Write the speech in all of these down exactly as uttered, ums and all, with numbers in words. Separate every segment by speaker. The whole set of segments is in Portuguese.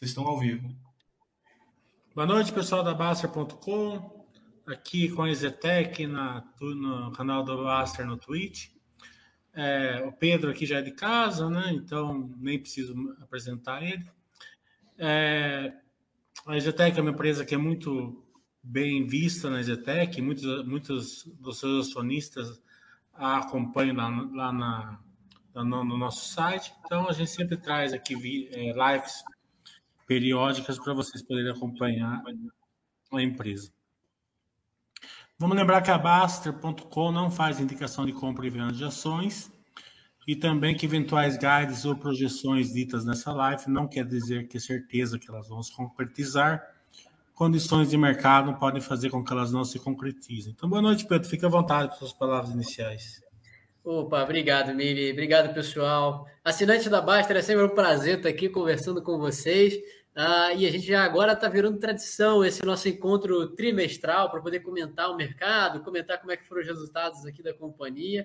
Speaker 1: Vocês estão ao vivo.
Speaker 2: Boa noite, pessoal da Baster ponto com. Aqui com a EZTEC na, no canal do Baster no Twitch. É, o Pedro aqui já é de casa, né? Então nem preciso apresentar ele. É, a EZTEC é uma empresa que é muito bem vista na EZTEC. Muitos, muitos dos seus acionistas a acompanham lá, lá na, no, no nosso site. Então a gente sempre traz aqui é, lives periódicas para vocês poderem acompanhar a empresa. Vamos lembrar que a Baster ponto com não faz indicação de compra e venda de ações e também que eventuais guides ou projeções ditas nessa live não quer dizer que é certeza que elas vão se concretizar. Condições de mercado podem fazer com que elas não se concretizem. Então, boa noite, Pedro. Fique à vontade com suas palavras iniciais.
Speaker 3: Opa, obrigado, Mili. Obrigado, pessoal. Assinante da Baster, é sempre um prazer estar aqui conversando com vocês. Ah, e a gente já agora está virando tradição esse nosso encontro trimestral para poder comentar o mercado, comentar como é que foram os resultados aqui da companhia.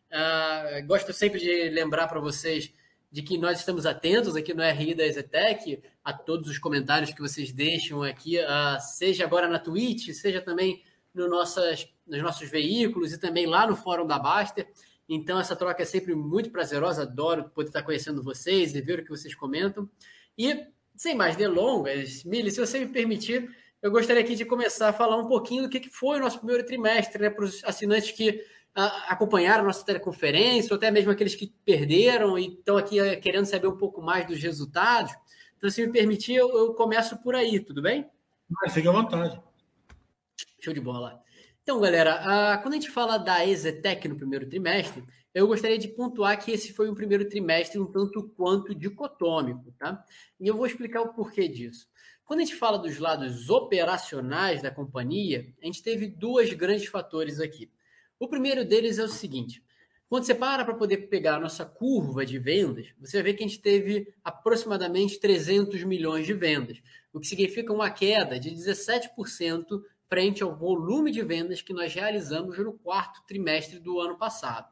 Speaker 3: Ah, gosto sempre de lembrar para vocês de que nós estamos atentos aqui no R I da EZTEC a todos os comentários que vocês deixam aqui, ah, seja agora na Twitch, seja também no nossas, nos nossos veículos e também lá no fórum da Baster. Então, essa troca é sempre muito prazerosa, adoro poder estar conhecendo vocês e ver o que vocês comentam. E, sem mais delongas, Mili, se você me permitir, eu gostaria aqui de começar a falar um pouquinho do que foi o nosso primeiro trimestre, né, para os assinantes que a, acompanharam a nossa teleconferência, ou até mesmo aqueles que perderam e estão aqui a, querendo saber um pouco mais dos resultados. Então, se me permitir, eu, eu começo por aí, tudo bem?
Speaker 2: Mas fique à vontade.
Speaker 3: Show de bola. Então, galera, a, quando a gente fala da EZTEC no primeiro trimestre, eu gostaria de pontuar que esse foi um primeiro trimestre um tanto quanto dicotômico, tá? E eu vou explicar o porquê disso. Quando a gente fala dos lados operacionais da companhia, a gente teve dois grandes fatores aqui. O primeiro deles é o seguinte: quando você para para poder pegar a nossa curva de vendas, você vê que a gente teve aproximadamente trezentos milhões de vendas, o que significa uma queda de dezessete por cento frente ao volume de vendas que nós realizamos no quarto trimestre do ano passado.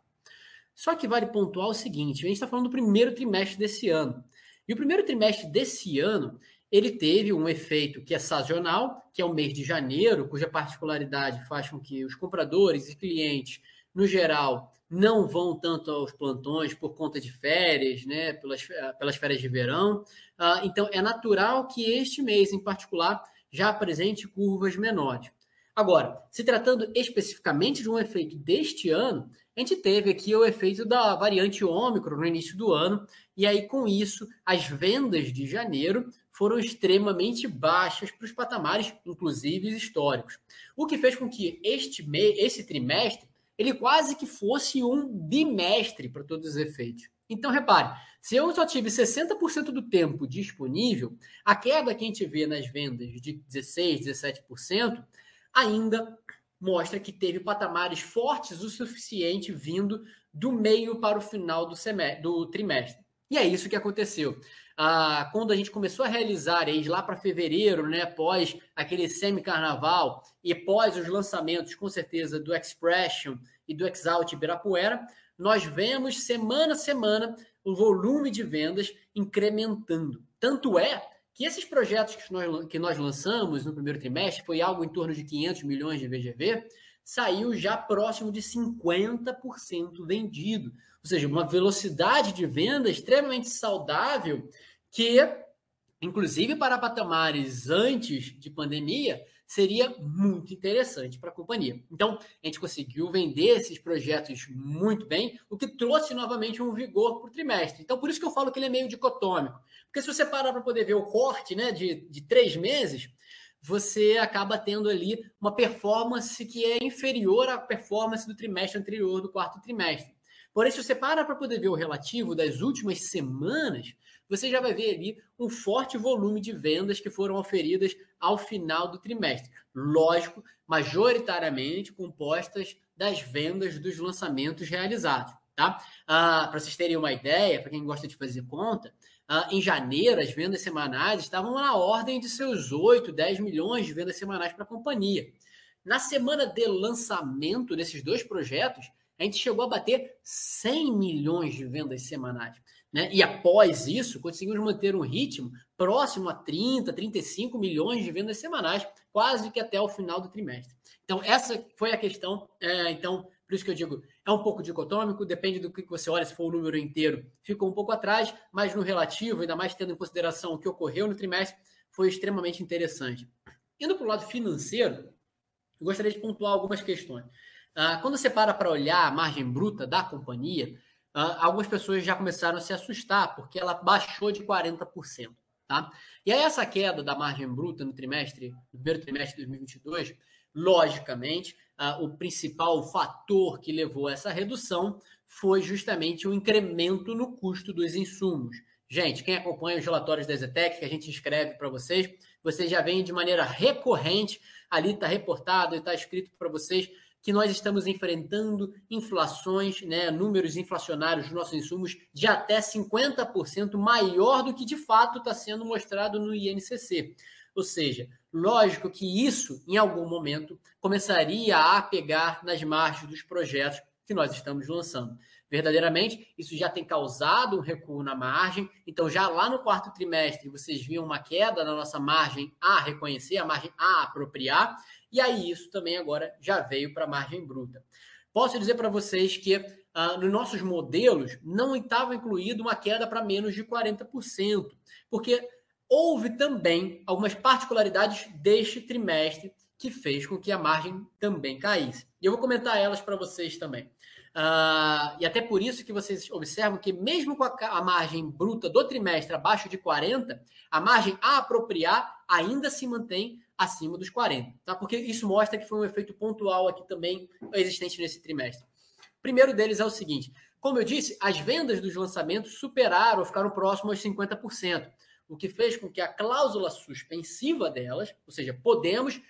Speaker 3: Só que vale pontuar o seguinte: a gente está falando do primeiro trimestre desse ano. E o primeiro trimestre desse ano, ele teve um efeito que é sazonal, que é o mês de janeiro, cuja particularidade faz com que os compradores e clientes, no geral, não vão tanto aos plantões por conta de férias, né, pelas, pelas férias de verão. Uh, então, é natural que este mês, em particular, já apresente curvas menores. Agora, se tratando especificamente de um efeito deste ano, a gente teve aqui o efeito da variante Ômicron no início do ano, e aí com isso as vendas de janeiro foram extremamente baixas para os patamares, inclusive históricos. O que fez com que este mês, esse trimestre, ele quase que fosse um bimestre para todos os efeitos. Então, repare, se eu só tive sessenta por cento do tempo disponível, a queda que a gente vê nas vendas de dezesseis, dezessete por cento ainda mostra que teve patamares fortes o suficiente vindo do meio para o final do, semestre, do trimestre. E é isso que aconteceu. Ah, quando a gente começou a realizar eles lá para fevereiro, né, pós aquele semi-carnaval e pós os lançamentos, com certeza, do Expression e do Exalt Ibirapuera, nós vemos semana a semana o volume de vendas incrementando. Tanto é que esses projetos que nós, que nós lançamos no primeiro trimestre, foi algo em torno de quinhentos milhões de V G V, saiu já próximo de cinquenta por cento vendido. Ou seja, uma velocidade de venda extremamente saudável que, inclusive para patamares antes de pandemia, seria muito interessante para a companhia. Então, a gente conseguiu vender esses projetos muito bem, o que trouxe novamente um vigor para o trimestre. Então, por isso que eu falo que ele é meio dicotômico. Porque se você parar para poder ver o corte, né, de, de três meses, você acaba tendo ali uma performance que é inferior à performance do trimestre anterior, do quarto trimestre. Porém, se você para para poder ver o relativo das últimas semanas, você já vai ver ali um forte volume de vendas que foram oferidas ao final do trimestre. Lógico, majoritariamente compostas das vendas dos lançamentos realizados. Tá? Ah, para vocês terem uma ideia, para quem gosta de fazer conta, ah, em janeiro as vendas semanais estavam na ordem de seus oito, dez milhões de vendas semanais para a companhia. Na semana de lançamento desses dois projetos, a gente chegou a bater cem milhões de vendas semanais. Né? E após isso, conseguimos manter um ritmo próximo a trinta, trinta e cinco milhões de vendas semanais, quase que até o final do trimestre. Então, essa foi a questão. É, então, por isso que eu digo, é um pouco dicotômico, depende do que você olha, se for o número inteiro, ficou um pouco atrás, mas no relativo, ainda mais tendo em consideração o que ocorreu no trimestre, foi extremamente interessante. Indo para o lado financeiro, eu gostaria de pontuar algumas questões. Ah, quando você para para olhar a margem bruta da companhia, ah, algumas pessoas já começaram a se assustar, porque ela baixou de quarenta por cento. Tá? E aí essa queda da margem bruta no trimestre, no primeiro trimestre de dois mil e vinte e dois, logicamente, ah, o principal fator que levou a essa redução foi justamente o incremento no custo dos insumos. Gente, quem acompanha os relatórios da Ezetec, que a gente escreve para vocês, vocês já veem de maneira recorrente, ali está reportado e está escrito para vocês, que nós estamos enfrentando inflações, né, números inflacionários dos nossos insumos de até cinquenta por cento maior do que de fato está sendo mostrado no I N C C. Ou seja, lógico que isso, em algum momento, começaria a pegar nas margens dos projetos que nós estamos lançando. Verdadeiramente, isso já tem causado um recuo na margem. Então, já lá no quarto trimestre, vocês viam uma queda na nossa margem a reconhecer, a margem a apropriar. E aí, isso também agora já veio para a margem bruta. Posso dizer para vocês que ah, nos nossos modelos não estava incluído uma queda para menos de quarenta por cento, porque houve também algumas particularidades deste trimestre que fez com que a margem também caísse. E eu vou comentar elas para vocês também. Uh, e até por isso que vocês observam que mesmo com a, a margem bruta do trimestre abaixo de quarenta, a margem a apropriar ainda se mantém acima dos quarenta, tá? Porque isso mostra que foi um efeito pontual aqui também existente nesse trimestre. O primeiro deles é o seguinte, como eu disse, as vendas dos lançamentos superaram ou ficaram próximos aos cinquenta por cento, o que fez com que a cláusula suspensiva delas, ou seja, podemos,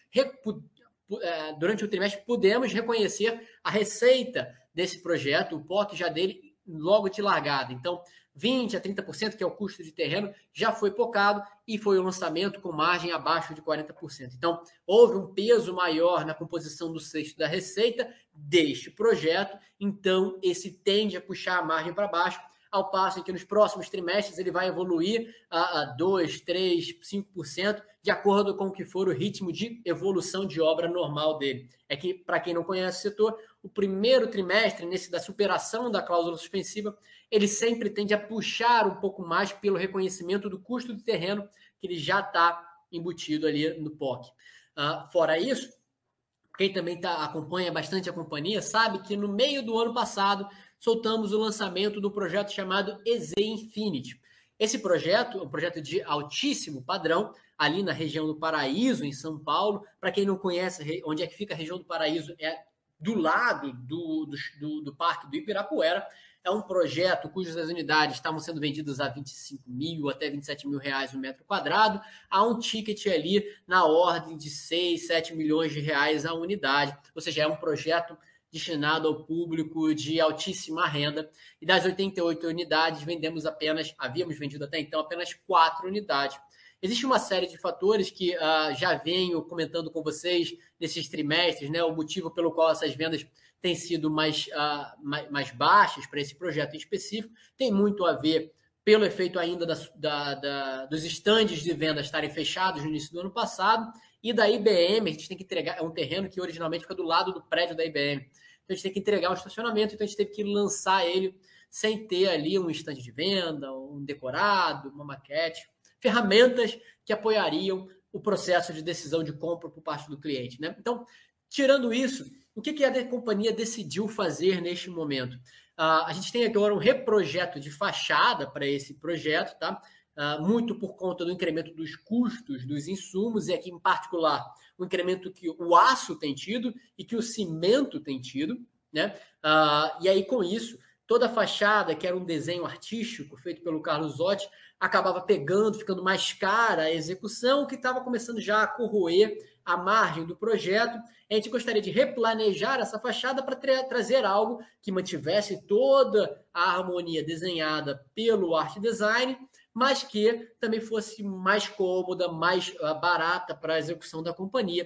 Speaker 3: durante o trimestre, podemos reconhecer a receita desse projeto, o P O C já dele logo de largada. Então, vinte a trinta por cento, que é o custo de terreno, já foi pocado e foi o lançamento com margem abaixo de quarenta por cento. Então, houve um peso maior na composição do sexto da receita deste projeto, então esse tende a puxar a margem para baixo, ao passo em que nos próximos trimestres ele vai evoluir a dois, três, cinco por cento, de acordo com o que for o ritmo de evolução de obra normal dele. É que, para quem não conhece o setor, o primeiro trimestre, nesse da superação da cláusula suspensiva, ele sempre tende a puxar um pouco mais pelo reconhecimento do custo do terreno, que ele já está embutido ali no P O C. Uh, fora isso, quem também tá, acompanha bastante a companhia sabe que no meio do ano passado soltamos o lançamento do projeto chamado E Z Infinity. Esse projeto é um projeto de altíssimo padrão, ali na região do Paraíso, em São Paulo. Para quem não conhece onde é que fica a região do Paraíso, é do lado do, do, do Parque do Ibirapuera. É um projeto cujas unidades estavam sendo vendidas a vinte e cinco mil até vinte e sete mil reais o metro quadrado, há um ticket ali na ordem de seis, sete milhões de reais a unidade. Ou seja, é um projeto destinado ao público de altíssima renda. E das oitenta e oito unidades, vendemos apenas, havíamos vendido até então apenas quatro unidades. Existe uma série de fatores que uh, já venho comentando com vocês nesses trimestres, né? O motivo pelo qual essas vendas têm sido mais, uh, mais, mais baixas para esse projeto em específico, tem muito a ver pelo efeito ainda da, da, da, dos estandes de venda estarem fechados no início do ano passado, e da I B M, a gente tem que entregar, é um terreno que originalmente fica do lado do prédio da I B M, então a gente tem que entregar um estacionamento, então a gente teve que lançar ele sem ter ali um estande de venda, um decorado, uma maquete, ferramentas que apoiariam o processo de decisão de compra por parte do cliente, né? Então, tirando isso, o que, que a companhia decidiu fazer neste momento? Uh, a gente tem agora um reprojeto de fachada para esse projeto, tá? Uh, muito por conta do incremento dos custos dos insumos, e aqui em particular o incremento que o aço tem tido e que o cimento tem tido, né? Uh, e aí com isso, toda a fachada, que era um desenho artístico feito pelo Carlos Zotti, acabava pegando, ficando mais cara a execução, que estava começando já a corroer a margem do projeto. A gente gostaria de replanejar essa fachada para tra- trazer algo que mantivesse toda a harmonia desenhada pelo art design, mas que também fosse mais cômoda, mais uh, barata para a execução da companhia.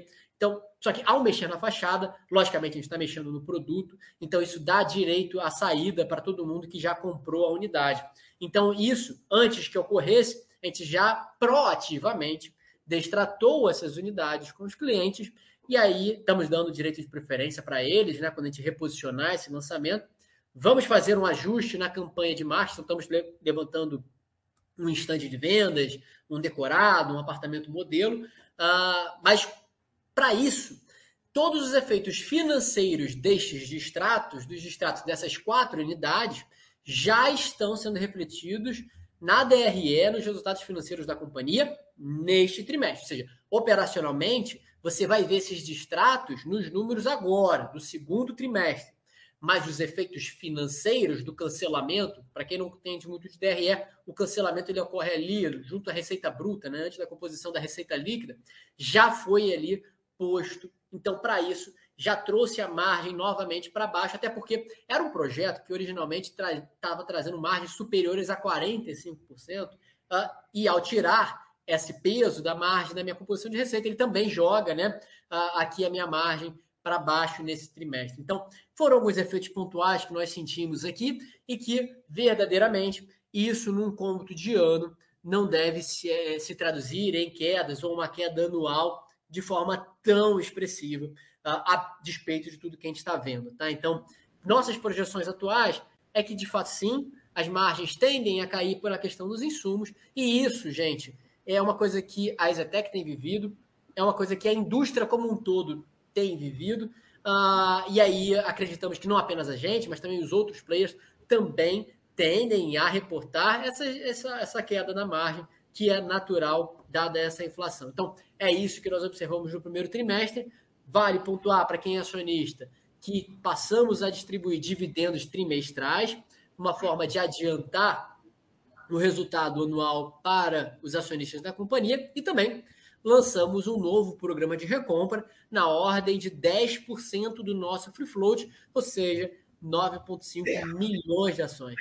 Speaker 3: Então, só que ao mexer na fachada, logicamente a gente está mexendo no produto, então isso dá direito à saída para todo mundo que já comprou a unidade. Então, isso, antes que ocorresse, a gente já proativamente destratou essas unidades com os clientes, e aí estamos dando direito de preferência para eles, né, quando a gente reposicionar esse lançamento. Vamos fazer um ajuste na campanha de marketing, então estamos levantando um estande de vendas, um decorado, um apartamento modelo, uh, mas para isso, todos os efeitos financeiros destes distratos, dos distratos dessas quatro unidades, já estão sendo refletidos na D R E, nos resultados financeiros da companhia, neste trimestre. Ou seja, operacionalmente, você vai ver esses distratos nos números agora, do segundo trimestre. Mas os efeitos financeiros do cancelamento, para quem não entende muito de D R E, o cancelamento ele ocorre ali, junto à receita bruta, né, antes da composição da receita líquida, já foi ali posto. Então, para isso, já trouxe a margem novamente para baixo, até porque era um projeto que originalmente estava tra- trazendo margens superiores a quarenta e cinco por cento, uh, e ao tirar esse peso da margem da minha composição de receita, ele também joga, né, uh, aqui a minha margem para baixo nesse trimestre. Então, foram alguns efeitos pontuais que nós sentimos aqui e que, verdadeiramente, isso num cômputo de ano não deve se, é, se traduzir em quedas ou uma queda anual de forma tão expressiva, uh, a despeito de tudo que a gente está vendo. Tá? Então, nossas projeções atuais é que, de fato, sim, as margens tendem a cair pela questão dos insumos, e isso, gente, é uma coisa que a EZTEC tem vivido, é uma coisa que a indústria como um todo tem vivido, uh, e aí acreditamos que não apenas a gente, mas também os outros players também tendem a reportar essa, essa, essa queda na margem, que é natural, dada essa inflação. Então, é isso que nós observamos no primeiro trimestre. Vale pontuar para quem é acionista que passamos a distribuir dividendos trimestrais, uma forma de adiantar o resultado anual para os acionistas da companhia, e também lançamos um novo programa de recompra na ordem de dez por cento do nosso free float, ou seja, nove vírgula cinco milhões de ações.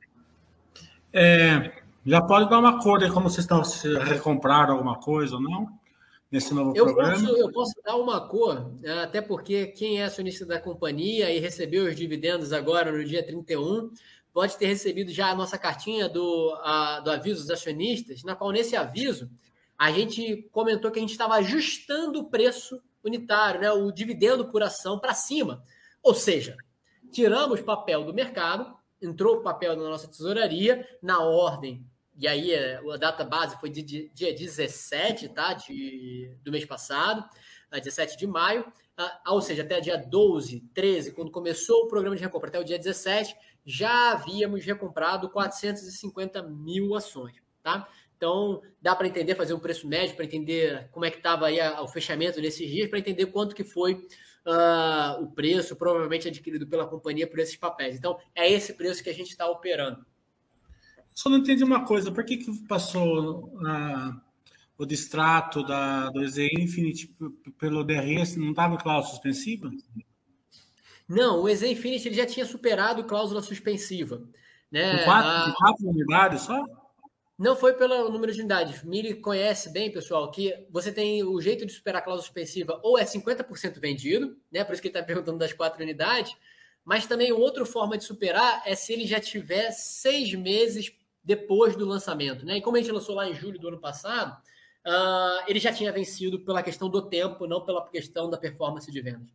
Speaker 2: É, já pode dar uma cor aí como vocês estão, se recompraram alguma coisa ou não nesse novo
Speaker 3: Eu
Speaker 2: programa.
Speaker 3: posso, eu posso dar uma cor, até porque quem é acionista da companhia e recebeu os dividendos agora no dia trinta e um, pode ter recebido já a nossa cartinha do, a, do aviso dos acionistas, na qual nesse aviso a gente comentou que a gente estava ajustando o preço unitário, né, o dividendo por ação para cima. Ou seja, tiramos papel do mercado, entrou o papel na nossa tesouraria, na ordem, e aí a data base foi de dia dezessete, tá, de, do mês passado, dezessete de maio, ou seja, até dia doze, treze, quando começou o programa de recompra, até o dia dezessete, já havíamos recomprado quatrocentas e cinquenta mil ações, tá? Então, dá para entender, fazer um preço médio, para entender como é que estava aí o fechamento nesses dias, para entender quanto que foi uh, o preço, provavelmente adquirido pela companhia por esses papéis. Então, é esse preço que a gente está operando.
Speaker 2: Só não entendi uma coisa, por que, que passou uh, o distrato da, do Z Infinity pelo D R S, não estava em cláusula suspensiva?
Speaker 3: Não, o E Z Infinity ele já tinha superado cláusula suspensiva. Né?
Speaker 2: Com quatro,
Speaker 3: A...
Speaker 2: com quatro unidades só?
Speaker 3: Não foi pelo número de unidades. Mili conhece bem, pessoal, que você tem o jeito de superar a cláusula suspensiva ou é cinquenta por cento vendido, né? Por isso que ele está perguntando das quatro unidades, mas também outra forma de superar é se ele já tiver seis meses depois do lançamento. Né? E como a gente lançou lá em julho do ano passado, uh, ele já tinha vencido pela questão do tempo, não pela questão da performance de vendas.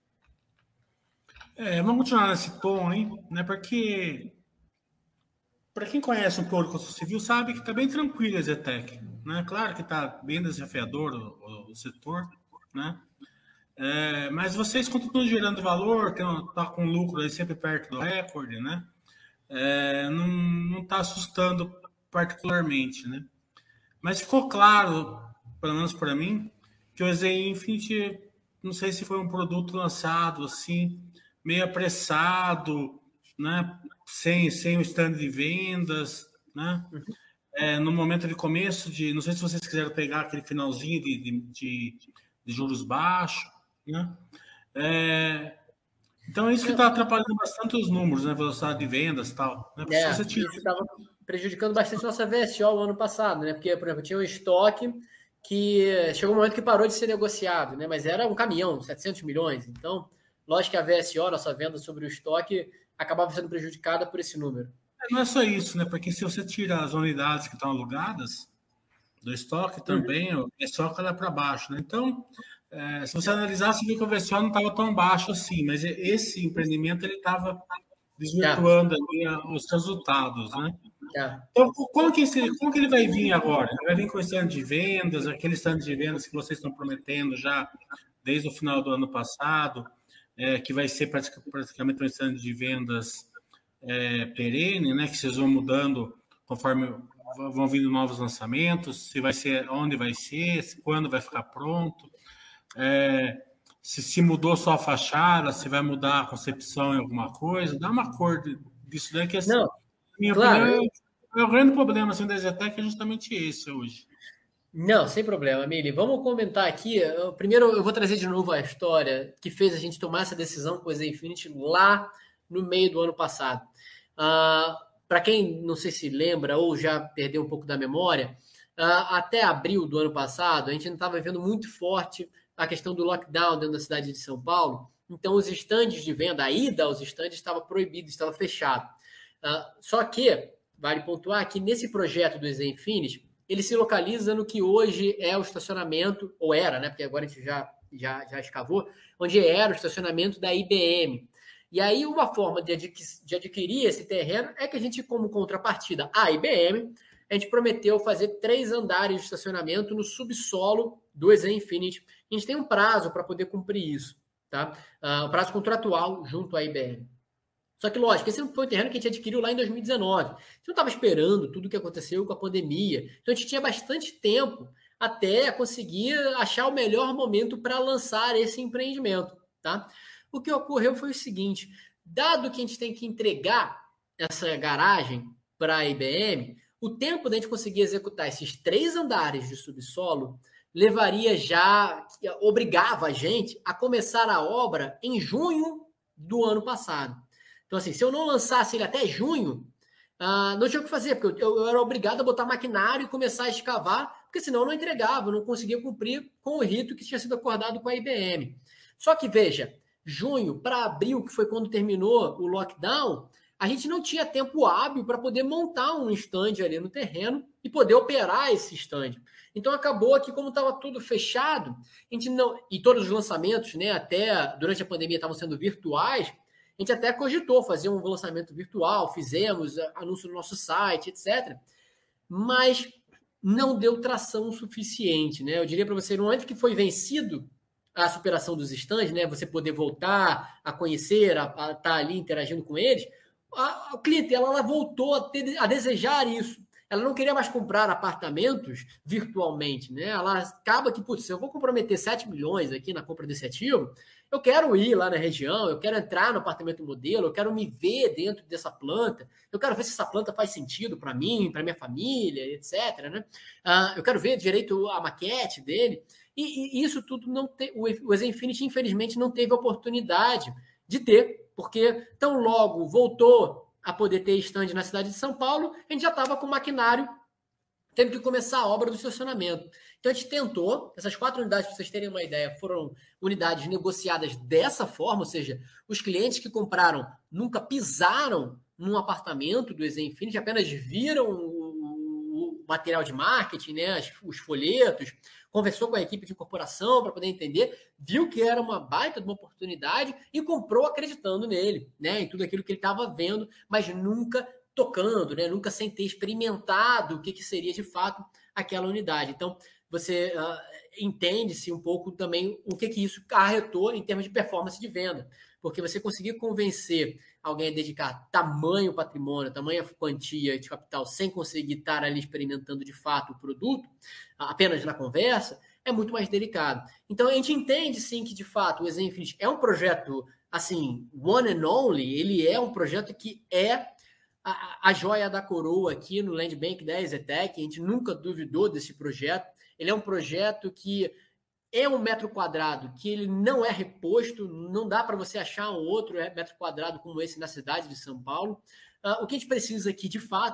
Speaker 2: É, vamos continuar nesse tom, hein? Né? Porque, para quem conhece um pouco de construção civil, sabe que está bem tranquilo a EZTEC. Né? Claro que está bem desafiador o, o setor, né? É, mas vocês continuam gerando valor, está com lucro aí sempre perto do recorde, né? É, não está assustando particularmente, né? Mas ficou claro, pelo menos para mim, que o Z Infinity, não sei se foi um produto lançado assim, meio apressado, né? Sem, sem o stand de vendas, né? É, no momento de começo de, não sei se vocês quiseram pegar aquele finalzinho de, de, de, de juros baixos, né? É, então é isso que está atrapalhando bastante os números, né? Velocidade de vendas e tal. Né?
Speaker 3: É,
Speaker 2: Se você tira...
Speaker 3: isso estava prejudicando bastante nossa V S O o ano passado, né? Porque, por exemplo, tinha um estoque que chegou um momento que parou de ser negociado, né? Mas era um caminhão, setecentos milhões. Então, lógico que a V S O, nossa venda sobre o estoque, acabava sendo prejudicada por esse número.
Speaker 2: Não é só isso, né? Porque se você tira as unidades que estão alugadas do estoque
Speaker 3: Uhum.
Speaker 2: também, o estoque lá para baixo, né? Então, é, se você analisar, você vê que o V C O não estava tão baixo assim, mas esse empreendimento ele estava
Speaker 3: É,
Speaker 2: desvirtuando ali os resultados, né?
Speaker 3: é.
Speaker 2: Então, como que, esse, como que ele vai vir agora? Ele vai vir com esse ano de vendas, aquele stand de vendas que vocês estão prometendo já desde o final do ano passado, é, que vai ser praticamente um stand de vendas é, perene, né? Que vocês vão mudando conforme vão vindo novos lançamentos, se vai ser, onde vai ser, quando vai ficar pronto, é, se, se mudou só a fachada, se vai mudar a concepção em alguma coisa, dá uma cor disso daí que, assim,
Speaker 3: Não,
Speaker 2: na minha
Speaker 3: claro,
Speaker 2: opinião,
Speaker 3: eu,
Speaker 2: é o grande problema assim, da Zetec é justamente esse hoje.
Speaker 3: não, sem problema, Mili. Vamos comentar aqui. Eu- Primeiro, eu vou trazer de novo a história que fez a gente tomar essa decisão com o Z Infinity lá no meio do ano passado. Ah, para quem não sei se lembra ou já perdeu um pouco da memória, ah, até abril do ano passado, a gente ainda estava vendo muito forte a questão do lockdown dentro da cidade de São Paulo. Então, os estandes de venda, a ida aos estandes estava proibido, estava fechado. Ah, só que, vale pontuar que nesse projeto do Z Infinity, ele se localiza no que hoje é o estacionamento, ou era, né? Porque agora a gente já, já, já escavou, onde era o estacionamento da I B M. E aí, uma forma de, adqu de adquirir esse terreno é que a gente, como contrapartida à I B M, a gente prometeu fazer três andares de estacionamento no subsolo do E Z Infinity. A gente tem um prazo para poder cumprir isso, tá? Uh, um prazo contratual junto à I B M. Só que, lógico, esse foi um terreno que a gente adquiriu lá em dois mil e dezenove. A gente não estava esperando tudo o que aconteceu com a pandemia. Então, a gente tinha bastante tempo até conseguir achar o melhor momento para lançar esse empreendimento. Tá? O que ocorreu foi o seguinte: dado que a gente tem que entregar essa garagem para a I B M, o tempo da gente conseguir executar esses três andares de subsolo levaria já, obrigava a gente a começar a obra em junho do ano passado. Então, assim, se eu não lançasse ele até junho, ah, não tinha o que fazer, porque eu, eu era obrigado a botar maquinário e começar a escavar, porque senão eu não entregava, eu não conseguia cumprir com o rito que tinha sido acordado com a I B M. Só que, veja, junho para abril, que foi quando terminou o lockdown, a gente não tinha tempo hábil para poder montar um stand ali no terreno e poder operar esse stand. Então acabou que, como estava tudo fechado, a gente não. E todos os lançamentos, né, até durante a pandemia, estavam sendo virtuais. A gente até cogitou fazer um lançamento virtual, fizemos anúncio no nosso site, etcétera. Mas não deu tração suficiente, né? Eu diria para você, no momento que foi vencido a superação dos stands, né? Você poder voltar a conhecer, a estar tá ali interagindo com eles, a, a cliente ela, ela voltou a, ter, a desejar isso. Ela não queria mais comprar apartamentos virtualmente, né? Ela acaba que, putz, se eu vou comprometer sete milhões aqui na compra desse ativo, eu quero ir lá na região, eu quero entrar no apartamento modelo, eu quero me ver dentro dessa planta, eu quero ver se essa planta faz sentido para mim, para minha família, etcétera. Né? Uh, eu quero ver direito a maquete dele. E, e isso tudo não te, o, o Z Infinity, infelizmente, não teve oportunidade de ter, porque tão logo voltou a poder ter stand na cidade de São Paulo, a gente já estava com o maquinário tendo que começar a obra do estacionamento. Então a gente tentou, essas quatro unidades, para vocês terem uma ideia, foram unidades negociadas dessa forma, ou seja, os clientes que compraram nunca pisaram num apartamento do E Z Infinity, apenas viram o, o material de marketing, né, os folhetos, conversou com a equipe de incorporação para poder entender, viu que era uma baita de uma oportunidade e comprou acreditando nele, né, em tudo aquilo que ele estava vendo, mas nunca tocando, né? Nunca sem ter experimentado o que, que seria de fato aquela unidade. Então, você uh, entende-se um pouco também o que, que isso acarretou em termos de performance de venda. Porque você conseguir convencer alguém a dedicar tamanho patrimônio, tamanha quantia de capital, sem conseguir estar ali experimentando de fato o produto, apenas na conversa, é muito mais delicado. Então, a gente entende, sim, que de fato o E Z Infinity é um projeto, assim, one and only, ele é um projeto que é a, a joia da coroa aqui no Land Bank da EZTEC, a gente nunca duvidou desse projeto. Ele é um projeto que é um metro quadrado que ele não é reposto, não dá para você achar um outro metro quadrado como esse na cidade de São Paulo. Uh, o que a gente precisa aqui, de fato,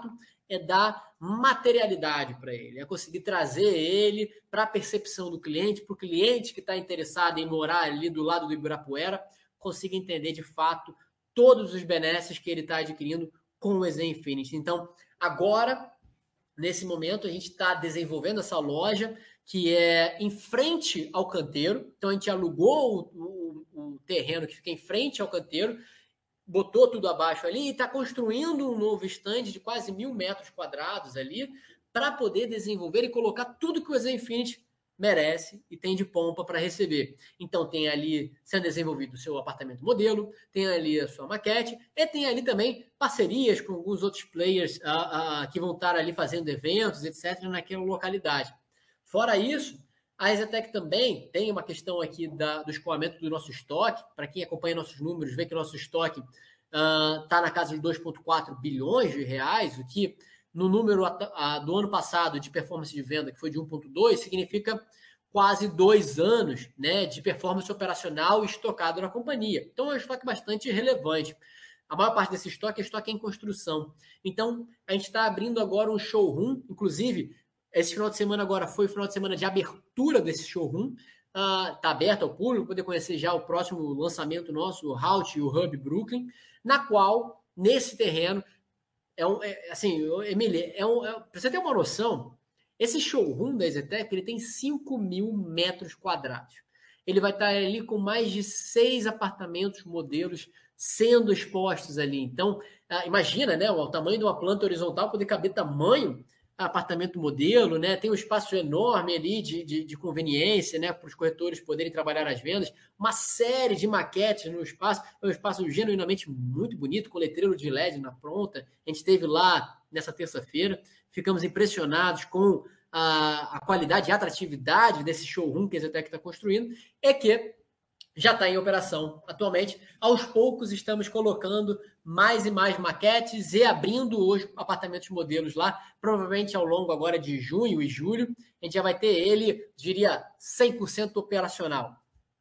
Speaker 3: é dar materialidade para ele, é conseguir trazer ele para a percepção do cliente, para o cliente que está interessado em morar ali do lado do Ibirapuera, consiga entender de fato todos os benesses que ele está adquirindo com o Z Infinity. Então, agora, nesse momento, a gente está desenvolvendo essa loja que é em frente ao canteiro. Então, a gente alugou o, o, o terreno que fica em frente ao canteiro, botou tudo abaixo ali e está construindo um novo stand de quase mil metros quadrados ali para poder desenvolver e colocar tudo que o Z Infinity merece e tem de pompa para receber. Então, tem ali sendo desenvolvido o seu apartamento modelo, tem ali a sua maquete e tem ali também parcerias com alguns outros players uh, uh, que vão estar ali fazendo eventos, etcétera, naquela localidade. Fora isso, a EZTEC também tem uma questão aqui da, do escoamento do nosso estoque. Para quem acompanha nossos números, vê que o nosso estoque está uh, na casa de dois vírgula quatro bilhões de reais, o que no número a, a, do ano passado de performance de venda, que foi de um vírgula dois, significa quase dois anos, né, de performance operacional estocado na companhia. Então é um estoque bastante relevante. A maior parte desse estoque é estoque em construção. Então, a gente está abrindo agora um showroom, inclusive, esse final de semana agora foi o final de semana de abertura desse showroom. Está uh, aberto ao público, poder conhecer já o próximo lançamento nosso, o Halt e o Hub Brooklyn, na qual, nesse terreno, é um, é, assim, Emília, é um, é, para você ter uma noção, esse showroom da EZTEC, ele tem cinco mil metros quadrados. Ele vai estar ali com mais de seis apartamentos modelos sendo expostos ali. Então, uh, imagina, né, o tamanho de uma planta horizontal poder caber tamanho apartamento modelo, né? Tem um espaço enorme ali de, de, de conveniência, né? Para os corretores poderem trabalhar as vendas, uma série de maquetes no espaço, é um espaço genuinamente muito bonito, com letreiro de L E D na ponta. A gente esteve lá nessa terça-feira, ficamos impressionados com a, a qualidade e atratividade desse showroom que a EZTEC está construindo, é que já está em operação atualmente. Aos poucos estamos colocando mais e mais maquetes e abrindo hoje apartamentos modelos lá. Provavelmente ao longo agora de junho e julho, a gente já vai ter ele, diria, cem por cento operacional.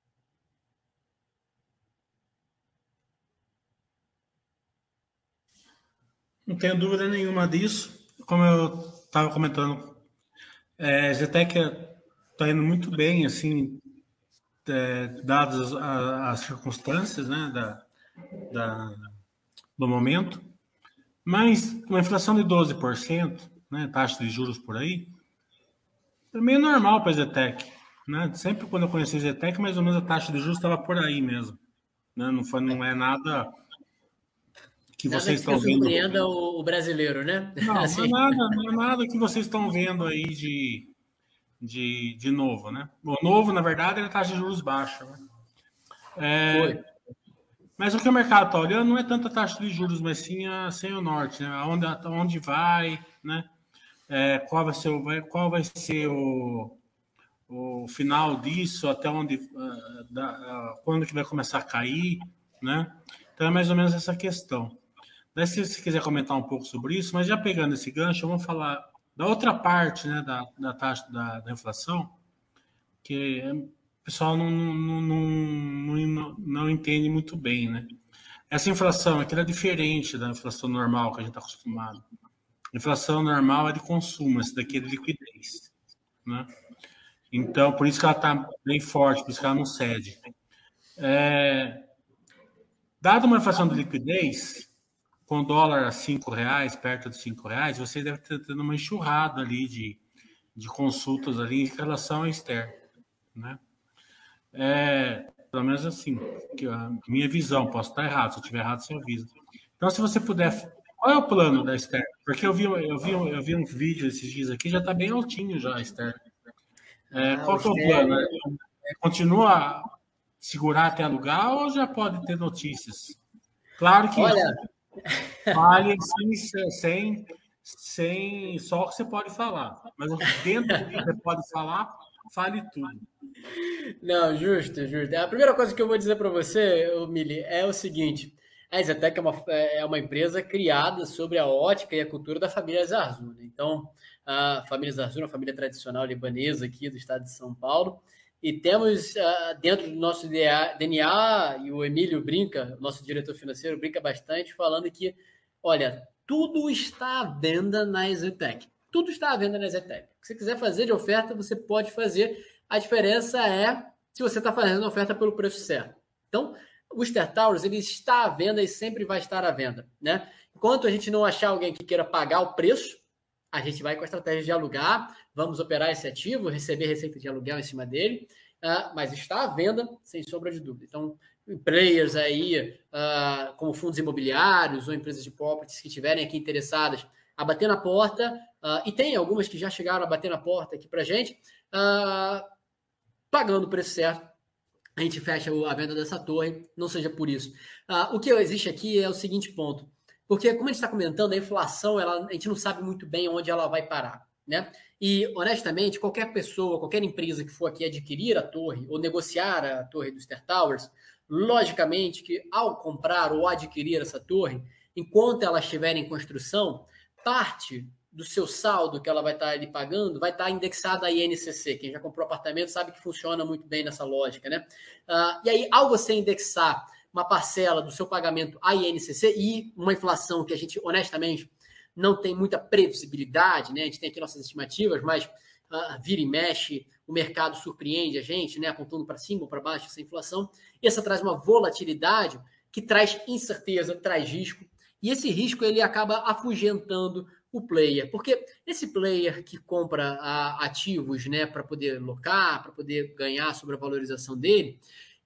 Speaker 2: Não tenho dúvida nenhuma disso. Como eu estava comentando, é, a EZTEC está indo muito bem, assim, é, dadas as, as circunstâncias, né, da, da, do momento, mas uma inflação de doze por cento, né, taxa de juros por aí, é meio normal para a EZTEC, né? Sempre quando eu conheci a EZTEC, mais ou menos a taxa de juros estava por aí mesmo, né? Não foi, não é nada que
Speaker 3: nada
Speaker 2: vocês
Speaker 3: que
Speaker 2: estão vendo.
Speaker 3: Surpreenda o, o brasileiro, né?
Speaker 2: Não,
Speaker 3: assim.
Speaker 2: não é nada, não é nada que vocês estão vendo aí de, de, de novo, né? O novo, na verdade, é a taxa de juros baixa, né? É,
Speaker 3: Foi.
Speaker 2: mas o que o mercado está olhando não é tanto a taxa de juros, mas sim a sem o norte, né? Onde, onde vai, né? É, qual vai ser, o, qual vai ser o, o final disso, até onde, uh, da, uh, quando que vai começar a cair, né? Então é mais ou menos essa questão. Daí, se você quiser comentar um pouco sobre isso, mas já pegando esse gancho, vamos falar da outra parte, né, da, da taxa da, da inflação, que o pessoal não, não, não, não, não entende muito bem, né? Essa inflação aqui é diferente da inflação normal que a gente está acostumado. A inflação normal é de consumo, essa daqui é de liquidez, né? Então, por isso que ela está bem forte, por isso que ela não cede. É, dada uma inflação de liquidez, com o dólar a cinco reais, perto de cinco reais, você deve ter tendo uma enxurrada ali de, de consultas ali em relação ao externo, né? É, pelo menos assim, que a minha visão, posso estar errado, se eu estiver errado, você avisa. Então, se você puder, qual é o plano da externa? Porque eu vi, eu vi, eu vi um vídeo esses dias aqui, já está bem altinho já a externa. É,
Speaker 3: Ah,
Speaker 2: qual que é o plano? É, continua a segurar até alugar ou já pode ter notícias? Claro que
Speaker 3: Olha,
Speaker 2: fale sem, sem, sem só o que você pode falar, mas dentro do que você pode falar, fale tudo.
Speaker 3: não, justo, justo. A primeira coisa que eu vou dizer para você, Mili, é o seguinte: a EZTEC é uma, é uma empresa criada sobre a ótica e a cultura da família Zarzur, né? Então, a família Zarzur é uma família tradicional libanesa aqui do estado de São Paulo, e temos uh, dentro do nosso D N A, e o Emílio brinca, nosso diretor financeiro, brinca bastante, falando que, olha, tudo está à venda na EZTEC. Tudo está à venda na EZTEC. Se você quiser fazer de oferta, você pode fazer. A diferença é se você está fazendo a oferta pelo preço certo. Então, o Ster Towers ele está à venda e sempre vai estar à venda, né? Enquanto a gente não achar alguém que queira pagar o preço, a gente vai com a estratégia de alugar, vamos operar esse ativo, receber receita de aluguel em cima dele, uh, mas está à venda, sem sombra de dúvida. Então, players aí, uh, como fundos imobiliários ou empresas de properties que estiverem aqui interessadas a bater na porta, uh, e tem algumas que já chegaram a bater na porta aqui para a gente, uh, pagando o preço certo, a gente fecha a venda dessa torre, não seja por isso. Uh, o que existe aqui é o seguinte ponto, porque como a gente está comentando, a inflação, ela, a gente não sabe muito bem onde ela vai parar, né? E, honestamente, qualquer pessoa, qualquer empresa que for aqui adquirir a torre ou negociar a torre do Ster Towers, logicamente que ao comprar ou adquirir essa torre, enquanto ela estiver em construção, parte do seu saldo que ela vai estar ali pagando vai estar indexada a I N C C. Quem já comprou apartamento sabe que funciona muito bem nessa lógica, né? Uh, e aí, ao você indexar uma parcela do seu pagamento a I N C C e uma inflação que a gente, honestamente, não tem muita previsibilidade, né? A gente tem aqui nossas estimativas, mas uh, vira e mexe, o mercado surpreende a gente, né? Apontando para cima ou para baixo essa inflação. E essa traz uma volatilidade que traz incerteza, traz risco. E esse risco ele acaba afugentando o player, porque esse player que compra a, ativos, né, para poder locar, para poder ganhar sobre a valorização dele,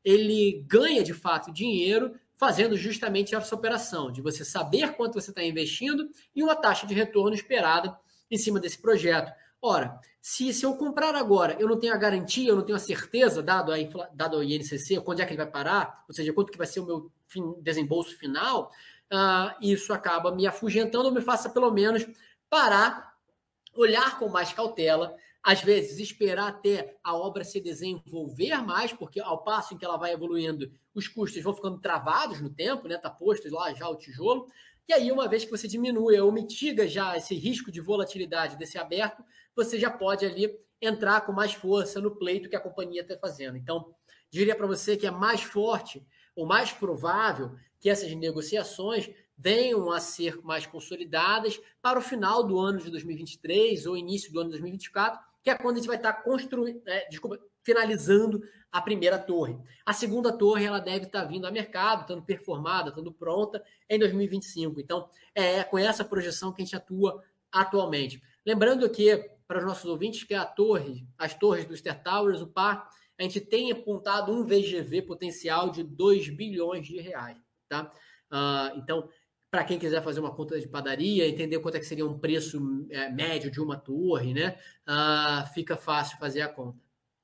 Speaker 3: ele ganha de fato dinheiro fazendo justamente essa operação, de você saber quanto você está investindo e uma taxa de retorno esperada em cima desse projeto. Ora, se, se eu comprar agora, eu não tenho a garantia, eu não tenho a certeza, dado, a, dado ao I N C C, quando é que ele vai parar, ou seja, quanto que vai ser o meu fim, desembolso final, Uh, isso acaba me afugentando, ou me faça pelo menos parar, olhar com mais cautela, às vezes esperar até a obra se desenvolver mais, porque ao passo em que ela vai evoluindo, os custos vão ficando travados no tempo, né? Tá posto lá já o tijolo, e aí uma vez que você diminui ou mitiga já esse risco de volatilidade desse aberto, você já pode ali entrar com mais força no pleito que a companhia está fazendo. Então, diria para você que é mais forte, ou mais provável que essas negociações venham a ser mais consolidadas para o final do ano de dois mil e vinte e três ou início do ano de dois mil e vinte e quatro, que é quando a gente vai estar construindo, é, desculpa, finalizando a primeira torre. A segunda torre ela deve estar vindo a mercado, estando performada, estando pronta em dois mil e vinte e cinco. Então, é com essa projeção que a gente atua atualmente. Lembrando que, para os nossos ouvintes, que a torre, as torres do Ster Towers, o par, a gente tem apontado um V G V potencial de dois bilhões de reais. Tá? Uh, então, para quem quiser fazer uma conta de padaria, entender quanto é que seria um preço é, médio de uma torre, né? Uh, fica fácil fazer a conta.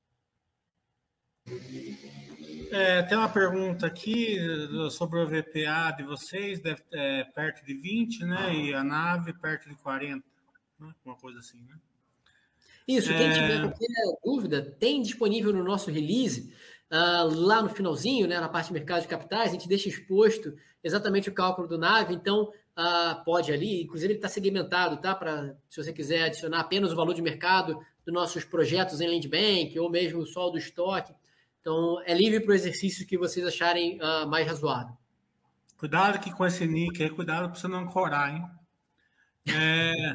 Speaker 2: É, tem uma pergunta aqui sobre o V P A de vocês, deve, é, perto de vinte, né? E a nave perto de quarenta, né? Uma coisa assim, né?
Speaker 3: Isso, quem tiver qualquer dúvida, tem disponível no nosso release, uh, lá no finalzinho, né, na parte de mercado de capitais, a gente deixa exposto exatamente o cálculo do NAV, então uh, pode ali, inclusive ele está segmentado, tá? Para se você quiser adicionar apenas o valor de mercado dos nossos projetos em Land Bank, ou mesmo só o do estoque. Então, é livre para o exercício que vocês acharem uh, mais razoável.
Speaker 2: Cuidado que com esse nick aí, cuidado para você não ancorar, hein? É...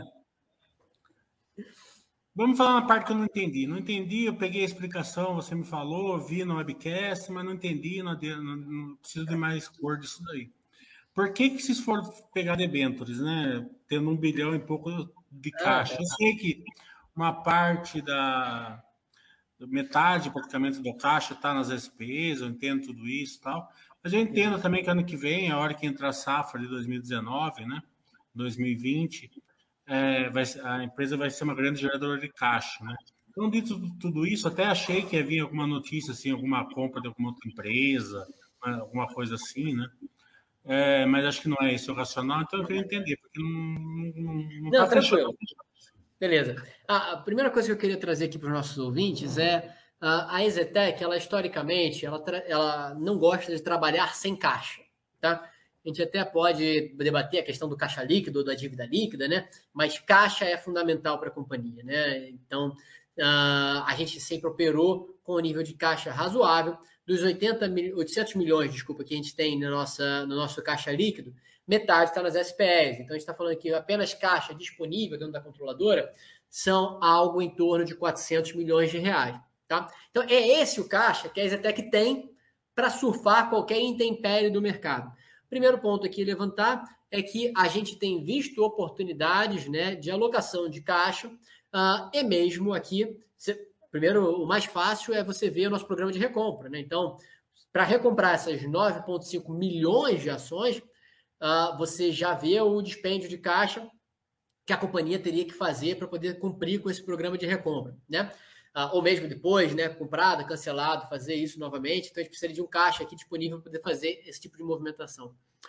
Speaker 2: Vamos falar uma parte que eu não entendi. Não entendi, eu peguei a explicação, você me falou, vi no webcast, mas não entendi, não, não, não preciso de mais cor disso daí. Por que que vocês foram pegar debêntures, né? Tendo um bilhão e pouco de caixa? Eu sei que uma parte da... metade praticamente do caixa está nas despesas, eu entendo tudo isso e tal. Mas eu entendo também que ano que vem, a hora que entrar a safra de dois mil e dezenove, né? dois mil e vinte... É, vai, a empresa vai ser uma grande geradora de caixa, né? Então, dito tudo isso, até achei que havia alguma notícia, assim, alguma compra de alguma outra empresa, alguma coisa assim, né? É, mas acho que não é esse o racional, então eu queria entender, porque não está
Speaker 3: tranquilo. Beleza. A, a primeira coisa que eu queria trazer aqui para os nossos ouvintes é a, a EZTEC, ela historicamente, ela, ela não gosta de trabalhar sem caixa, tá? A gente até pode debater a questão do caixa líquido ou da dívida líquida, né? Mas caixa é fundamental para a companhia, né? Então, uh, a gente sempre operou com um nível de caixa razoável. Dos oitenta, oitocentos milhões, desculpa, que a gente tem no, nossa, no nosso caixa líquido, metade está nas S P Es. Então, a gente está falando aqui apenas caixa disponível dentro da controladora são algo em torno de quatrocentos milhões de reais. Tá? Então, é esse o caixa que a EZTEC tem para surfar qualquer intempérie do mercado. Primeiro ponto aqui a levantar é que a gente tem visto oportunidades, né, de alocação de caixa uh, e mesmo aqui, você, primeiro, o mais fácil é você ver o nosso programa de recompra. Né? Então, para recomprar essas nove vírgula cinco milhões de ações, uh, você já vê o dispêndio de caixa que a companhia teria que fazer para poder cumprir com esse programa de recompra, né? Uh, ou mesmo depois, né, comprada, cancelado, fazer isso novamente. Então, a gente precisaria de um caixa aqui disponível para poder fazer esse tipo de movimentação.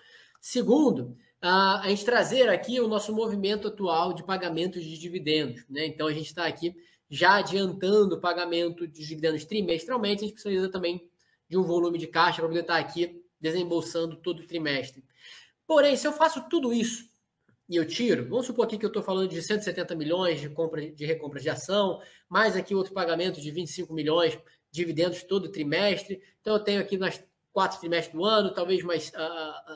Speaker 3: Segundo, uh, a gente trazer aqui o nosso movimento atual de pagamentos de dividendos, né? Então, a gente está aqui já adiantando o pagamento de dividendos trimestralmente. A gente precisa também de um volume de caixa para poder estar aqui desembolsando todo o trimestre. Porém, se eu faço tudo isso e eu tiro, vamos supor aqui que eu estou falando de cento e setenta milhões de, compra, de recompra de ação, mais aqui outro pagamento de vinte e cinco milhões, dividendos todo trimestre. Então, eu tenho aqui nas quatro trimestres do ano, talvez mais uh,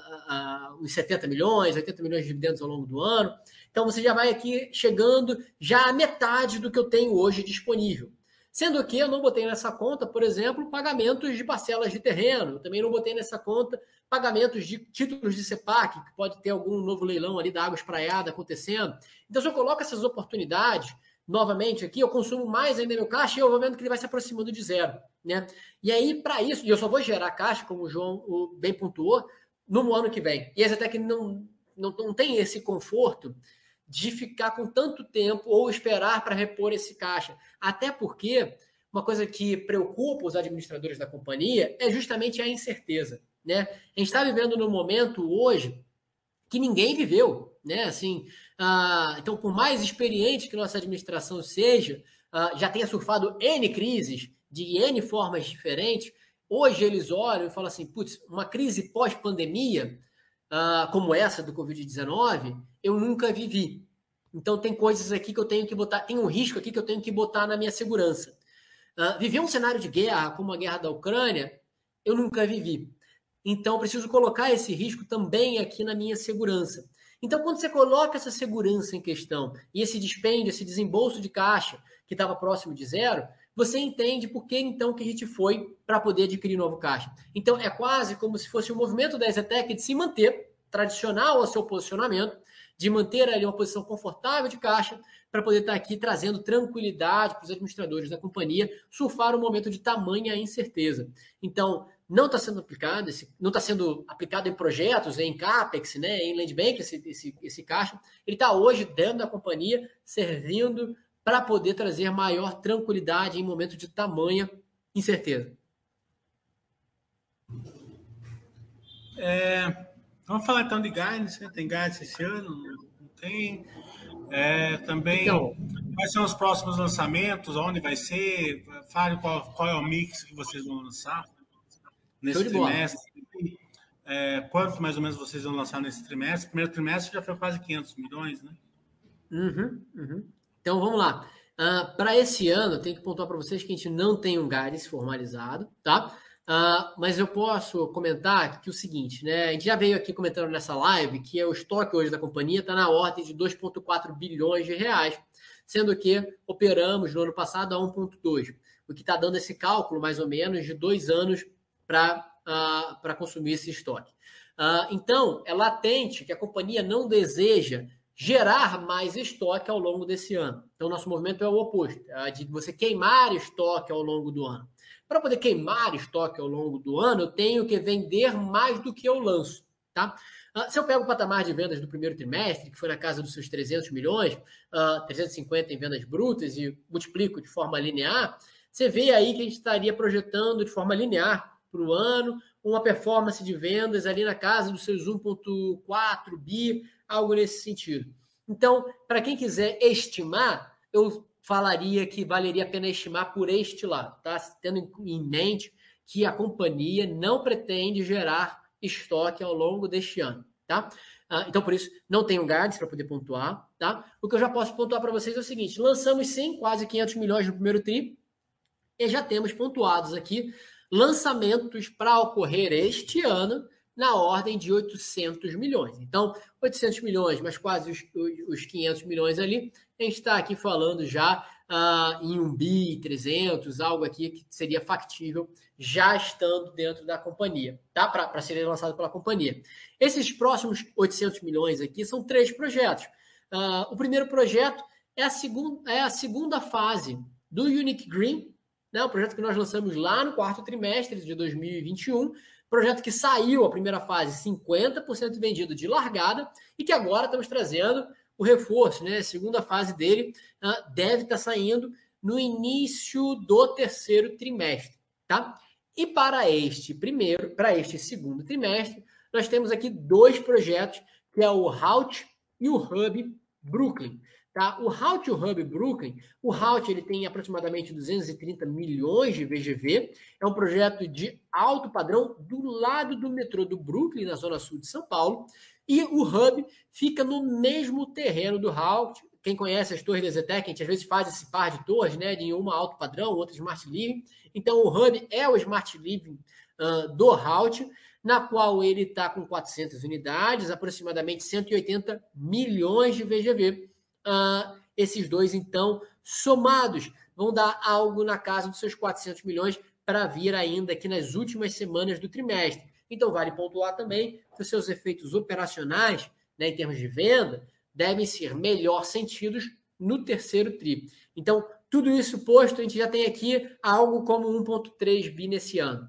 Speaker 3: uh, uh, uns setenta milhões, oitenta milhões de dividendos ao longo do ano. Então, você já vai aqui chegando já a metade do que eu tenho hoje disponível. Sendo que eu não botei nessa conta, por exemplo, pagamentos de parcelas de terreno. Eu também não botei nessa conta pagamentos de títulos de CEPAC, que pode ter algum novo leilão ali da Água Espraiada acontecendo. Então, se eu coloco essas oportunidades, novamente aqui, eu consumo mais ainda meu caixa e eu vou vendo que ele vai se aproximando de zero. Né? E aí, para isso, e eu só vou gerar caixa, como o João bem pontuou, no ano que vem. E até que não, não, não tem esse conforto de ficar com tanto tempo ou esperar para repor esse caixa. Até porque uma coisa que preocupa os administradores da companhia é justamente a incerteza. Né? A gente está vivendo num momento hoje que ninguém viveu. Né? Assim, ah, então, por mais experiente que nossa administração seja, ah, já tenha surfado N crises de N formas diferentes, hoje eles olham e falam assim, putz, uma crise pós-pandemia, ah, como essa do covid dezenove, eu nunca vivi. Então, tem coisas aqui que eu tenho que botar, tem um risco aqui que eu tenho que botar na minha segurança. Uh, viver um cenário de guerra, como a guerra da Ucrânia, eu nunca vivi. Então, preciso colocar esse risco também aqui na minha segurança. Então, quando você coloca essa segurança em questão e esse dispêndio, esse desembolso de caixa que estava próximo de zero, você entende por que então que a gente foi para poder adquirir novo caixa. Então, é quase como se fosse um movimento da EZTEC de se manter tradicional ao seu posicionamento, de manter ali uma posição confortável de caixa para poder estar aqui trazendo tranquilidade para os administradores da companhia surfar um momento de tamanha incerteza. Então, não está sendo aplicado, esse, não está sendo aplicado em projetos, em CAPEX, né, em Land Bank, esse, esse, esse caixa. Ele está hoje dentro da companhia, servindo para poder trazer maior tranquilidade em momento de tamanha incerteza.
Speaker 2: É, vamos falar então de guidance, né? Tem guidance esse ano? Não tem? É, também, então, quais são os próximos lançamentos? Onde vai ser? Fale qual, qual é o mix que vocês vão lançar nesse trimestre. É, quanto mais ou menos vocês vão lançar nesse trimestre? O primeiro trimestre já foi quase quinhentos milhões, né?
Speaker 3: Uhum, uhum. Então, vamos lá. Uh, para esse ano, eu tenho que pontuar para vocês que a gente não tem um guidance formalizado, tá? Uh, mas eu posso comentar que o seguinte, né? A gente já veio aqui comentando nessa live que o estoque hoje da companhia está na ordem de dois vírgula quatro bilhões de reais, sendo que operamos no ano passado a um vírgula dois, o que está dando esse cálculo mais ou menos de dois anos para uh, para consumir esse estoque. Uh, então, é latente que a companhia não deseja gerar mais estoque ao longo desse ano. Então, nosso movimento é o oposto, é de você queimar estoque ao longo do ano. Para poder queimar estoque ao longo do ano, eu tenho que vender mais do que eu lanço. Tá? Uh, se eu pego o patamar de vendas do primeiro trimestre, que foi na casa dos seus trezentos milhões, uh, trezentos e cinquenta em vendas brutas, e multiplico de forma linear, você vê aí que a gente estaria projetando de forma linear para o ano uma performance de vendas ali na casa dos seus um vírgula quatro bi, algo nesse sentido. Então, para quem quiser estimar, eu falaria que valeria a pena estimar por este lado, tá? Tendo em mente que a companhia não pretende gerar estoque ao longo deste ano, tá? Ah, então, por isso, não tenho guides para poder pontuar, tá? O que eu já posso pontuar para vocês é o seguinte, lançamos sim quase quinhentos milhões no primeiro tri e já temos pontuados aqui lançamentos para ocorrer este ano na ordem de oitocentos milhões. Então, oitocentos milhões, mas quase os, os quinhentos milhões ali, a gente está aqui falando já uh, em um bi, trezentos, algo aqui que seria factível já estando dentro da companhia, tá? Para ser lançado pela companhia. Esses próximos oitocentos milhões aqui são três projetos. Uh, o primeiro projeto é a, segun, é a segunda fase do Unique Green, né? O projeto que nós lançamos lá no quarto trimestre de dois mil e vinte e um, projeto que saiu a primeira fase cinquenta por cento vendido de largada e que agora estamos trazendo o reforço, né? A segunda fase dele uh, deve estar saindo no início do terceiro trimestre, tá? E para este primeiro, para este segundo trimestre, nós temos aqui dois projetos, que é o Route e o Hub Brooklyn. Tá? O Route e o Hub Brooklyn, o Route ele tem aproximadamente duzentos e trinta milhões de V G V, é um projeto de alto padrão do lado do metrô do Brooklyn, na zona sul de São Paulo, e o Hub fica no mesmo terreno do Route. Quem conhece as torres da EZTEC, a gente às vezes faz esse par de torres, né, de uma alto padrão, outra Smart Living. Então, o Hub é o Smart Living uh, do Route, na qual ele está com quatrocentas unidades, aproximadamente cento e oitenta milhões de V G V. Uh, esses dois, então, somados, vão dar algo na casa dos seus quatrocentos milhões para vir ainda aqui nas últimas semanas do trimestre. Então, vale pontuar também que os seus efeitos operacionais, né, em termos de venda, devem ser melhor sentidos no terceiro tri. Então, tudo isso posto, a gente já tem aqui algo como um vírgula três bi nesse ano.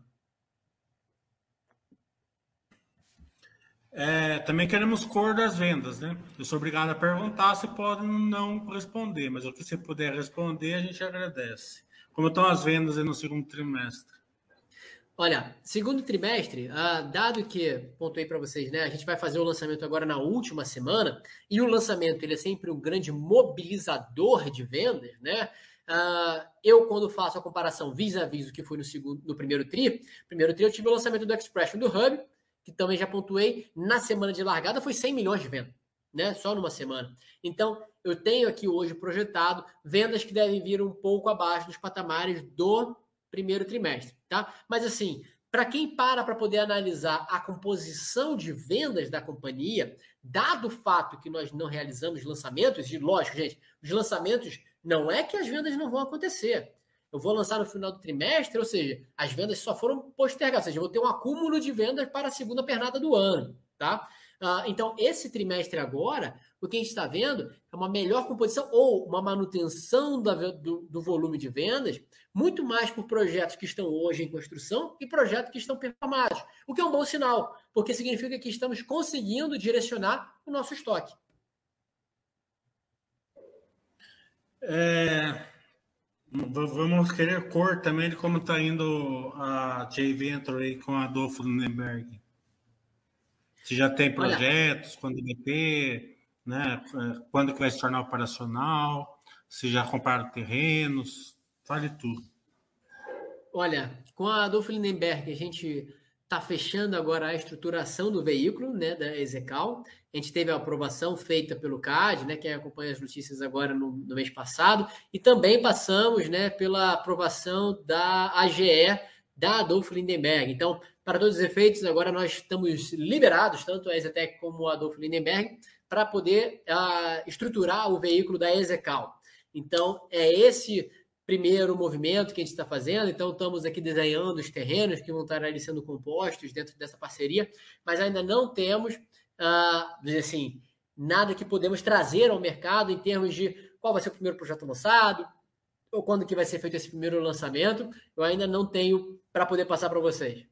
Speaker 2: É, também queremos cor das vendas, né? Eu sou obrigado a perguntar, você pode não responder, mas o que você puder responder, a gente agradece. Como estão as vendas no segundo trimestre?
Speaker 3: Olha, segundo trimestre, ah, dado que, pontuei para vocês, né? A gente vai fazer o lançamento agora na última semana, e o lançamento ele é sempre um grande mobilizador de vendas, né? Uh, eu, quando faço a comparação vis-a-vis do que foi no, segundo, no primeiro tri, primeiro tri eu tive o lançamento do Expression do Hub, que também já pontuei, na semana de largada foi cem milhões de vendas, né? Só numa semana. Então, eu tenho aqui hoje projetado vendas que devem vir um pouco abaixo dos patamares do primeiro trimestre, tá? Mas assim, para quem para para poder analisar a composição de vendas da companhia, dado o fato que nós não realizamos lançamentos, e lógico, gente, os lançamentos não é que as vendas não vão acontecer. Eu vou lançar no final do trimestre, ou seja, as vendas só foram postergadas, ou seja, eu vou ter um acúmulo de vendas para a segunda pernada do ano, tá? Uh, então, esse trimestre agora, o que a gente está vendo é uma melhor composição ou uma manutenção da, do, do volume de vendas, muito mais por projetos que estão hoje em construção e projetos que estão performados, o que é um bom sinal, porque significa que estamos conseguindo direcionar o nosso estoque.
Speaker 2: É, vamos querer cor também de como está indo a J-Venture aí com a Adolfo Lindenberg. Se já tem projetos, Olha, quando vai ter, né? Quando que vai se tornar operacional, se já compraram terrenos, fale tudo.
Speaker 3: Olha, com a Adolfo Lindenberg, a gente está fechando agora a estruturação do veículo, né, da Ezecal. A gente teve a aprovação feita pelo C A D, né, quem acompanha as notícias agora no, no mês passado, e também passamos, né, pela aprovação da A G E da Adolfo Lindenberg. Então, para todos os efeitos, agora nós estamos liberados, tanto a EZTEC como a Adolfo Lindenberg, para poder uh, estruturar o veículo da Ezecal. Então, é esse primeiro movimento que a gente está fazendo, então estamos aqui desenhando os terrenos que vão estar ali sendo compostos dentro dessa parceria, mas ainda não temos, uh, dizer assim, nada que podemos trazer ao mercado em termos de qual vai ser o primeiro projeto lançado, ou quando que vai ser feito esse primeiro lançamento, eu ainda não tenho para poder passar para vocês.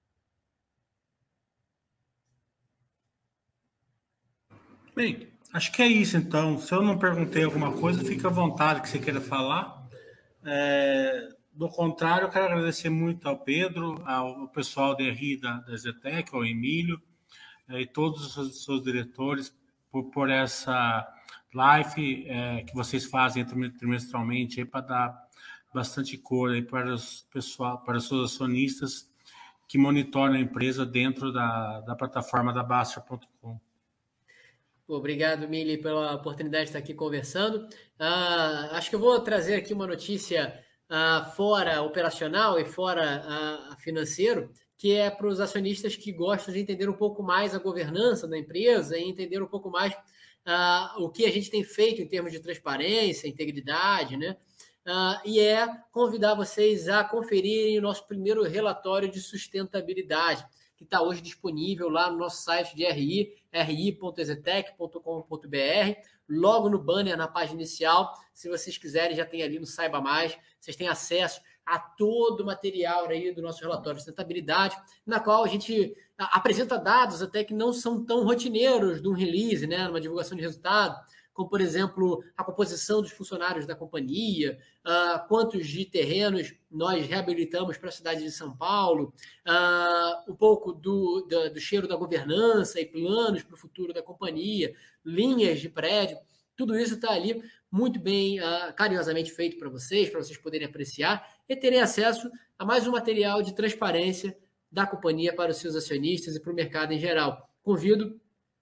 Speaker 2: Bem, acho que é isso então. Se eu não perguntei alguma coisa, fica à vontade que você queira falar. É, do contrário, eu quero agradecer muito ao Pedro, ao pessoal da R I da, da EZTEC, ao Emílio, é, e todos os seus diretores por, por essa live é, que vocês fazem trimestralmente para dar bastante cor aí para os pessoal, para os seus acionistas que monitoram a empresa dentro da, da plataforma da Bastter ponto com.
Speaker 3: Obrigado, Mili, pela oportunidade de estar aqui conversando. Uh, acho que eu vou trazer aqui uma notícia uh, fora operacional e fora uh, financeiro, que é para os acionistas que gostam de entender um pouco mais a governança da empresa e entender um pouco mais uh, o que a gente tem feito em termos de transparência, integridade, né? Uh, e é convidar vocês a conferirem o nosso primeiro relatório de sustentabilidade, que está hoje disponível lá no nosso site de R I, r i ponto exetec ponto com ponto b r, logo no banner, na página inicial. Se vocês quiserem, já tem ali no Saiba Mais, vocês têm acesso a todo o material aí do nosso relatório de sustentabilidade, na qual a gente apresenta dados até que não são tão rotineiros de um release, né, numa divulgação de resultado, como, por exemplo, a composição dos funcionários da companhia, uh, quantos de terrenos nós reabilitamos para a cidade de São Paulo, uh, um pouco do, do, do cheiro da governança e planos para o futuro da companhia, linhas de prédio, tudo isso está ali muito bem, uh, carinhosamente feito para vocês, para vocês poderem apreciar e terem acesso a mais um material de transparência da companhia para os seus acionistas e para o mercado em geral. Convido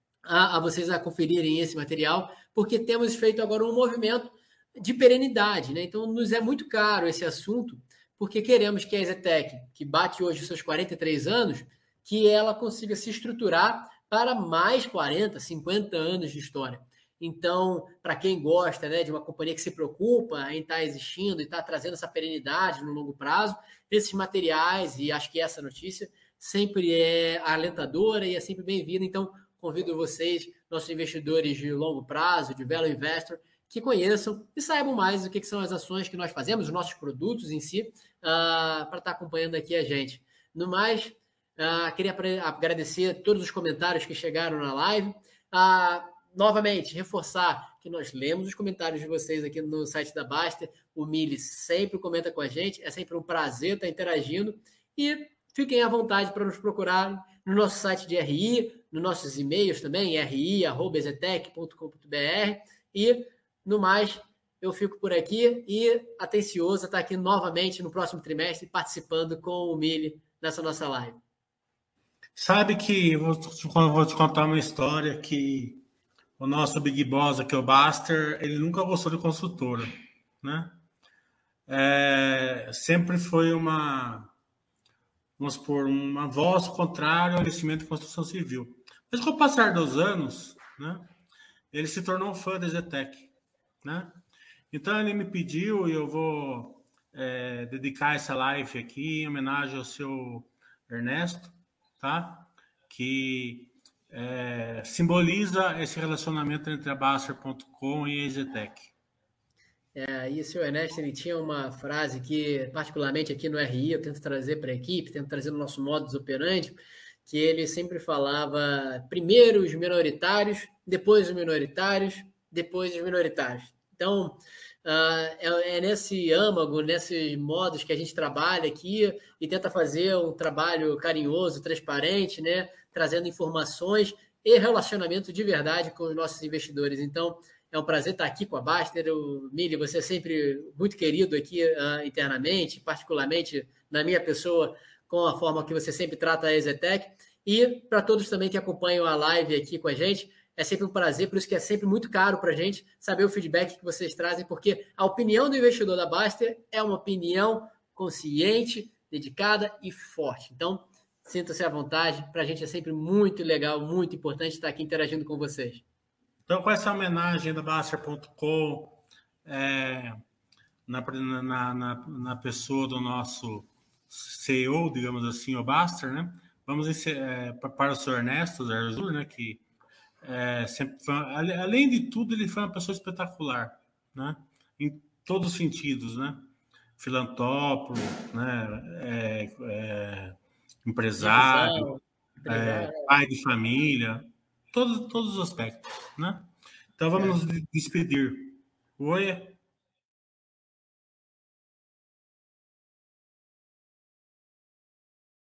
Speaker 3: a, a vocês a conferirem esse material, porque temos feito agora um movimento de perenidade, né? Então, nos é muito caro esse assunto, porque queremos que a EZTEC, que bate hoje os seus quarenta e três anos, que ela consiga se estruturar para mais quarenta, cinquenta anos de história. Então, para quem gosta, né, de uma companhia que se preocupa em estar existindo e estar trazendo essa perenidade no longo prazo, esses materiais, e acho que essa notícia sempre é alentadora e é sempre bem-vinda. Então, convido vocês, nossos investidores de longo prazo, de Value Investor, que conheçam e saibam mais o que são as ações que nós fazemos, os nossos produtos em si, uh, para estar acompanhando aqui a gente. No mais, uh, queria agradecer todos os comentários que chegaram na live. Uh, novamente, reforçar que nós lemos os comentários de vocês aqui no site da Baster. O Mili sempre comenta com a gente. É sempre um prazer estar interagindo. E fiquem à vontade para nos procurar no nosso site de R I, nos nossos e-mails também, r i arroba exetec ponto com ponto b r. E, no mais, eu fico por aqui e atencioso a estar aqui novamente no próximo trimestre participando com o Mili nessa nossa live.
Speaker 2: Sabe que eu vou te, vou te contar uma história que o nosso Big Boss aqui, o Baster, ele nunca gostou de consultora, né? É, sempre foi uma, vamos supor, uma voz contrária ao investimento em construção civil. Mas com o passar dos anos, né, ele se tornou um fã da EZTEC, né? Então ele me pediu e eu vou é, dedicar essa live aqui em homenagem ao seu Ernesto, tá? Que é, simboliza esse relacionamento entre a Baster ponto com e a EZTEC.
Speaker 3: É, e o senhor Ernesto, ele tinha uma frase que, particularmente aqui no R I, eu tento trazer para a equipe, tento trazer no nosso modus operandi, que ele sempre falava primeiro os minoritários, depois os minoritários, depois os minoritários. Então, uh, é, é nesse âmago, nesses modos que a gente trabalha aqui e tenta fazer um trabalho carinhoso, transparente, né? Trazendo informações e relacionamento de verdade com os nossos investidores. Então, é um prazer estar aqui com a Baster. O Mili, você é sempre muito querido aqui uh, internamente, particularmente na minha pessoa, com a forma que você sempre trata a EZTEC. E para todos também que acompanham a live aqui com a gente, é sempre um prazer, por isso que é sempre muito caro para a gente saber o feedback que vocês trazem, porque a opinião do investidor da Baster é uma opinião consciente, dedicada e forte. Então, sinta-se à vontade, para a gente é sempre muito legal, muito importante estar aqui interagindo com vocês.
Speaker 2: Então, com essa homenagem da Baster ponto com, é, na, na, na, na pessoa do nosso C E O, digamos assim, o Baster, né? Vamos é, para o senhor Ernesto Zarzur, né? Que é, sempre foi, além de tudo, ele foi uma pessoa espetacular, né? Em todos os sentidos, né? Filantrópico, né? É, é, empresário, é, pai de família, todos, todos os aspectos, né? Então vamos é. nos despedir. Oi.